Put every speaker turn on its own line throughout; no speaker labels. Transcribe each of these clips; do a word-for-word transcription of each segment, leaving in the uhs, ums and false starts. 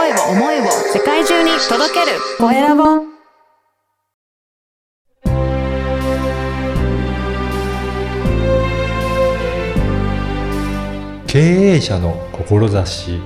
声を思いを世界中に届けるコエラボ。
経営者の志。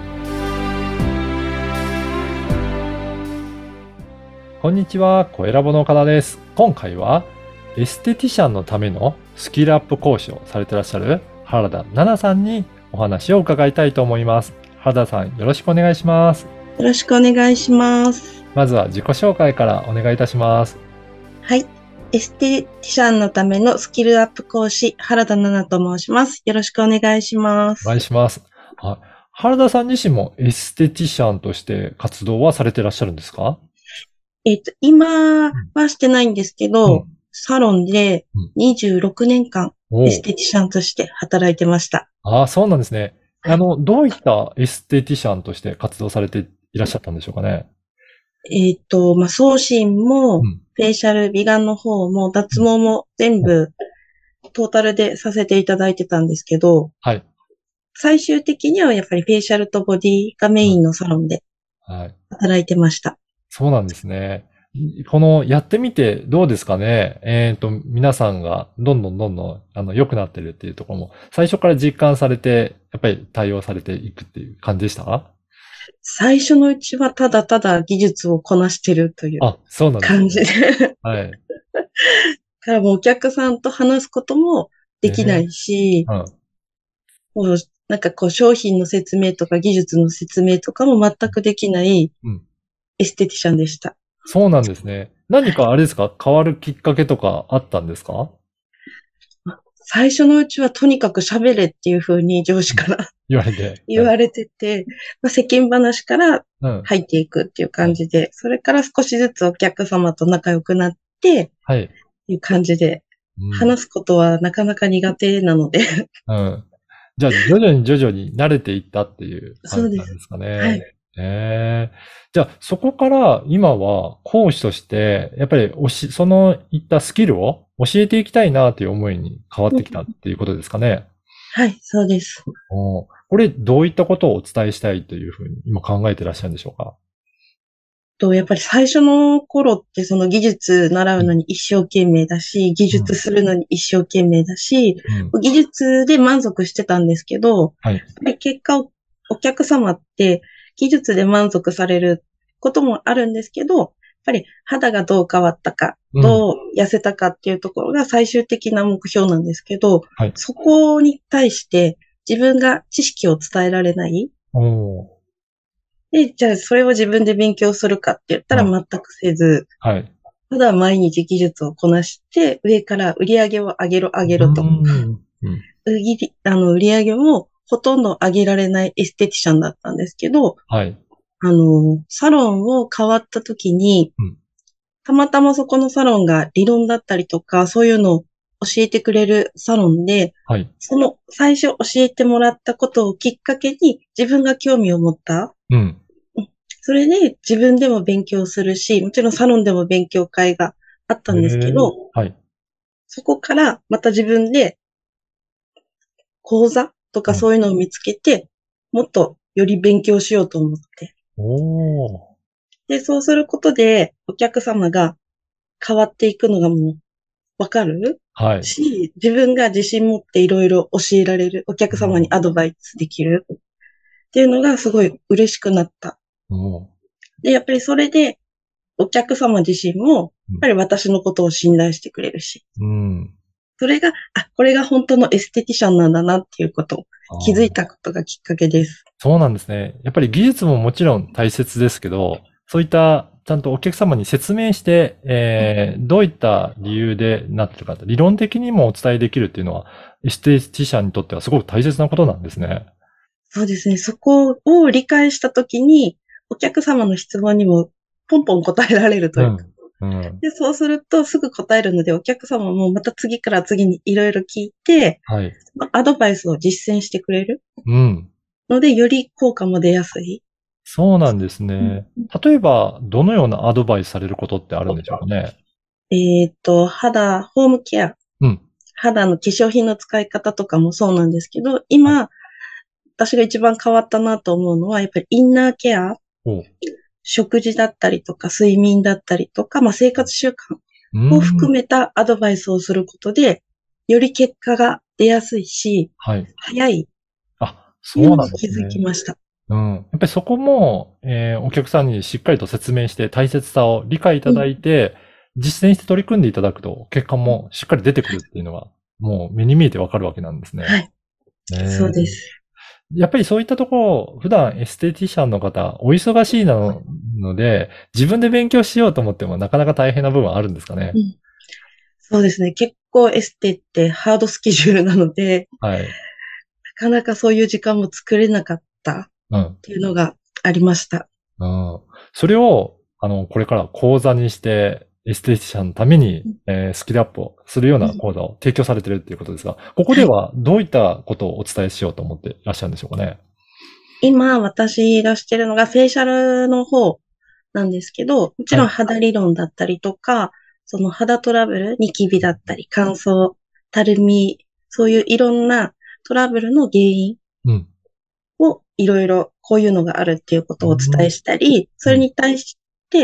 こんにちは、コエラボの岡田です。今回はエステティシャンのためのスキルアップ講師をされていらっしゃる原田奈々さんにお話を伺いたいと思います。原田さん、よろしくお願いします。
よろしくお願いします。
まずは自己紹介からお願いいたします。
はい。エステティシャンのためのスキルアップ講師、原田奈々と申します。よろしくお願いします。
お願いします。はい、原田さん自身もエステティシャンとして活動はされていらっしゃるんですか？
えっと、今はしてないんですけど、うん、サロンでにじゅうろくねんかんエステティシャンとして働いてました。
ああ、そうなんですね。あの、どういったエステティシャンとして活動されていらっしゃったんでしょうかね？
えっと、まあ、送信も、フェイシャル、美顔の方も、脱毛も全部、トータルでさせていただいてたんですけど、
はい。
最終的にはやっぱりフェイシャルとボディがメインのサロンで、働いてました、はい。
そうなんですね。この、やってみてどうですかね？えっと、皆さんがどんどんどんどん、あの、良くなってるっていうところも、最初から実感されて、やっぱり対応されていくっていう感じでしたか？
最初のうちはただただ技術をこなしてるという感じで。
はい。
からもうお客さんと話すこともできないし、えーうん、もうなんかこう商品の説明とか技術の説明とかも全くできないエステティシャンでした。
うん、そうなんですね。何かあれですか？変わるきっかけとかあったんですか？
最初のうちはとにかく喋れっていう風に上司から
言われて。
言われてて、まあ、世間話から入っていくっていう感じで、うん、それから少しずつお客様と仲良くなって、はい。いう感じで、うん、話すことはなかなか苦手なので。
うん。じゃあ、徐々に徐々に慣れていったっていう感じなんですかね。そうです。はい。えー、じゃあ、そこから今は講師として、やっぱりおし、そのいったスキルを教えていきたいなという思いに変わってきたっていうことですかね。
はい、そうです。
おこれ、どういったことをお伝えしたいというふうに今考えていらっしゃるんでしょうか？
と、やっぱり最初の頃ってその技術習うのに一生懸命だし、技術するのに一生懸命だし、うん、技術で満足してたんですけど、はい、結果お客様って技術で満足されることもあるんですけど、やっぱり肌がどう変わったか、どう痩せたかっていうところが最終的な目標なんですけど、はい、そこに対して自分が知識を伝えられない。おで、じゃあそれを自分で勉強するかって言ったら全くせず、はい。ただ毎日技術をこなして、上から売り上げを上げろ上げろと。うんうん、あの売り上げもほとんど上げられないエステティシャンだったんですけど、はい。あの、サロンを変わった時に、うん、たまたまそこのサロンが理論だったりとか、そういうのを教えてくれるサロンで、はい。その最初教えてもらったことをきっかけに自分が興味を持った。うん。それで自分でも勉強するし、もちろんサロンでも勉強会があったんですけど、はい。そこからまた自分で講座とかそういうのを見つけて、うん、もっとより勉強しようと思って。おー。で、そうすることでお客様が変わっていくのがもうわかる？はい。し、自分が自信持っていろいろ教えられる、お客様にアドバイスできるっていうのがすごい嬉しくなった。で、やっぱりそれで、お客様自身も、やっぱり私のことを信頼してくれるし。うん。それが、あ、これが本当のエステティシャンなんだなっていうことを気づいたことがきっかけです。
そうなんですね。やっぱり技術ももちろん大切ですけど、そういったちゃんとお客様に説明して、えー、どういった理由でなってるか、理論的にもお伝えできるっていうのは、エステティシャンにとってはすごく大切なことなんですね。
そうですね。そこを理解したときに、お客様の質問にもポンポン答えられるというか、うんうん。で、そうするとすぐ答えるので、お客様もまた次から次にいろいろ聞いて、はい、アドバイスを実践してくれる。うん。ので、より効果も出やすい。
そうなんですね。例えば、どのようなアドバイスされることってあるんでしょうかね？
えっと、肌、ホームケア。うん。肌の化粧品の使い方とかもそうなんですけど、今、はい、私が一番変わったなと思うのは、やっぱりインナーケア。 食事だったりとか、睡眠だったりとか、まあ、生活習慣を含めたアドバイスをすることで、より結果が出やすいし、はい、早い。
あ、そうなん
ですね。気づきました。
うん。やっぱりそこも、えー、お客さんにしっかりと説明して大切さを理解いただいて、うん、実践して取り組んでいただくと結果もしっかり出てくるっていうのが、もう目に見えてわかるわけなんですね。
はい。ね、そうです。
やっぱりそういったところ、普段エステティシャンの方、お忙しいので、自分で勉強しようと思ってもなかなか大変な部分はあるんですかね。うん、
そうですね。結構エステってハードスケジュールなので、はい、なかなかそういう時間も作れなかったっていうのがありました。
うん。うん、それを、あの、これから講座にして、エステティシャンのために、えー、スキルアップをするような講座を提供されているっていうことですが、ここではどういったことをお伝えしようと思っていらっしゃるんでしょうかね。
今、私がしてるのがフェイシャルの方なんですけど、もちろん肌理論だったりとか、はい、その肌トラブル、ニキビだったり、乾燥、たるみ、そういういろんなトラブルの原因をいろいろこういうのがあるっていうことをお伝えしたり、うん、それに対して、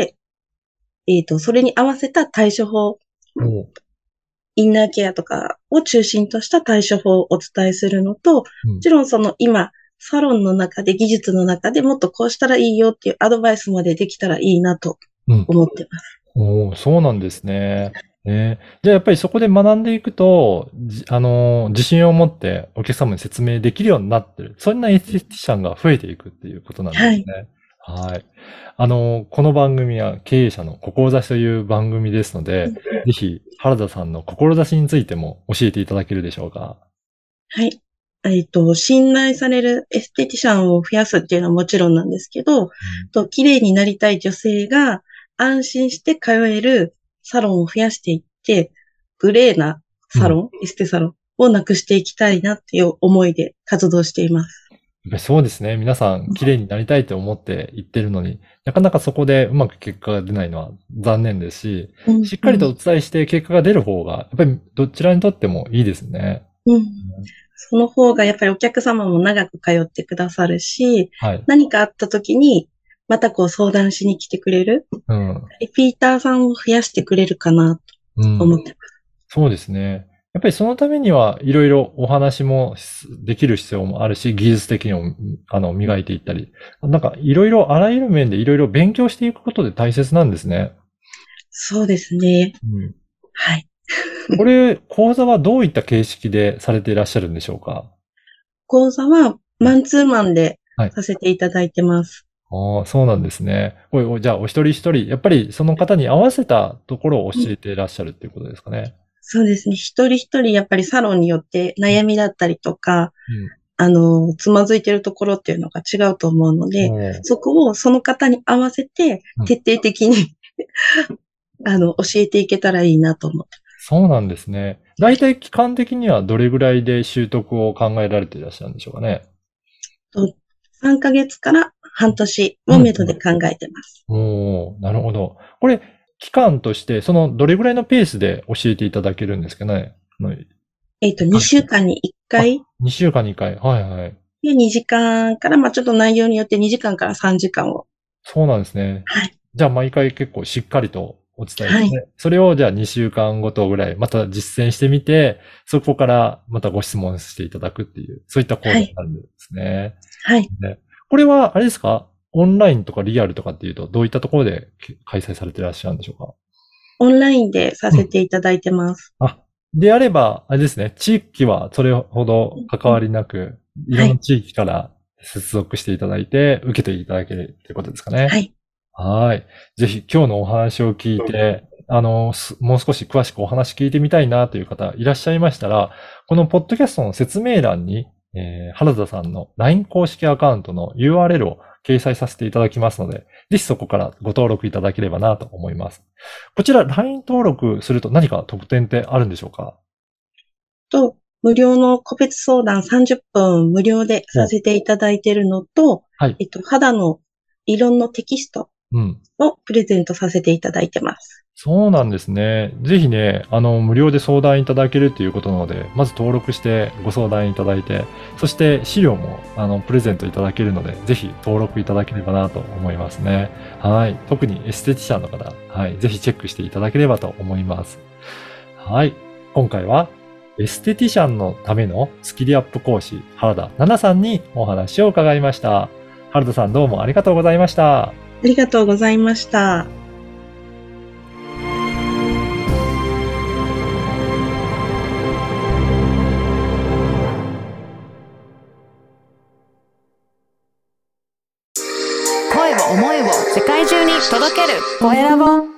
えっと、それに合わせた対処法、インナーケアとかを中心とした対処法をお伝えするのと、うん、もちろんその今、サロンの中で、技術の中でもっとこうしたらいいよっていうアドバイスまでできたらいいなと思ってます。
うん、おー、そうなんですね。ね、じゃあやっぱりそこで学んでいくと、あの、自信を持ってお客様に説明できるようになってる。そんなエステティシャンが増えていくっていうことなんですね。はい。はい。あの、この番組は経営者の志という番組ですので、ぜひ原田さんの志についても教えていただけるでしょうか。
はい。えっと、信頼されるエステティシャンを増やすっていうのはもちろんなんですけど、うん、と綺麗になりたい女性が安心して通えるサロンを増やしていって、グレーなサロン、うん、エステサロンをなくしていきたいなっていう思いで活動しています。
そうですね。皆さん、綺麗になりたいと思って言ってるのに、なかなかそこでうまく結果が出ないのは残念ですし、うんうん、しっかりとお伝えして結果が出る方が、やっぱりどちらにとってもいいですね。
うん。その方がやっぱりお客様も長く通ってくださるし、はい、何かあった時に、またこう相談しに来てくれる、うん、リピーターさんを増やしてくれるかなと思ってます、うん。
そうですね。やっぱりそのためにはいろいろお話もできる必要もあるし、技術的にもあの磨いていったり、なんかいろいろあらゆる面でいろいろ勉強していくことで大切なんですね。
そうですね。うん、はい。
これ、講座はどういった形式でされていらっしゃるんでしょうか？
講座はマンツーマンでさせていただいてます。
はい、ああ、そうなんですね。これ、じゃあお一人一人、やっぱりその方に合わせたところを教えていらっしゃるっていうことですかね？うん、
そうですね。一人一人やっぱりサロンによって悩みだったりとか、うん、あの、つまずいてるところっていうのが違うと思うので、うん、そこをその方に合わせて徹底的に、うん、あの、教えていけたらいいなと思ってます。
そうなんですね。大体期間的にはどれぐらいで習得を考えられていらっしゃるんでしょうかね？
さんかげつから半年をめどで考えてます。
うん、おー、なるほど。これ、期間として、その、どれぐらいのペースで教えていただけるんですかね？
えっと、にしゅうかんにいっかい。
にしゅうかんにいっかい。はいはい。
で、にじかんから、まあちょっと内容によってにじかんからさんじかんを。
そうなんですね。はい。じゃあ毎回結構しっかりとお伝えして、はい、それをじゃあにしゅうかんごとぐらい、また実践してみて、そこからまたご質問していただくっていう、そういった講座になるんですね。
はい。
ね、これは、あれですか？オンラインとかリアルとかっていうと、どういったところで開催されていらっしゃるんでしょうか？
オンラインでさせていただいてます。
うん、あ、であれば、あれですね、地域はそれほど関わりなく、うん、いろんな地域から接続していただいて、受けていただけるってことですかね。はい。はい。ぜひ今日のお話を聞いて、あの、もう少し詳しくお話聞いてみたいなという方いらっしゃいましたら、このポッドキャストの説明欄に、えー、原田さんの ライン 公式アカウントの ユーアールエル を掲載させていただきますので、ぜひそこからご登録いただければなと思います。こちら ライン 登録すると何か特典ってあるんでしょうか？
と、無料の個別相談さんじゅっぷん無料でさせていただいているのと、はい、えっと、肌の理論のテキストをプレゼントさせていただいてます。
そうなんですね。ぜひね、あの、無料で相談いただけるということなので、まず登録してご相談いただいて、そして資料も、あの、プレゼントいただけるので、ぜひ登録いただければなと思いますね。はい。特にエステティシャンの方、はい。ぜひチェックしていただければと思います。はい。今回は、エステティシャンのためのスキルアップ講師、原田奈々さんにお話を伺いました。原田さんどうもありがとうございました。
ありがとうございました。
声を思いを世界中に届けるコエラボ。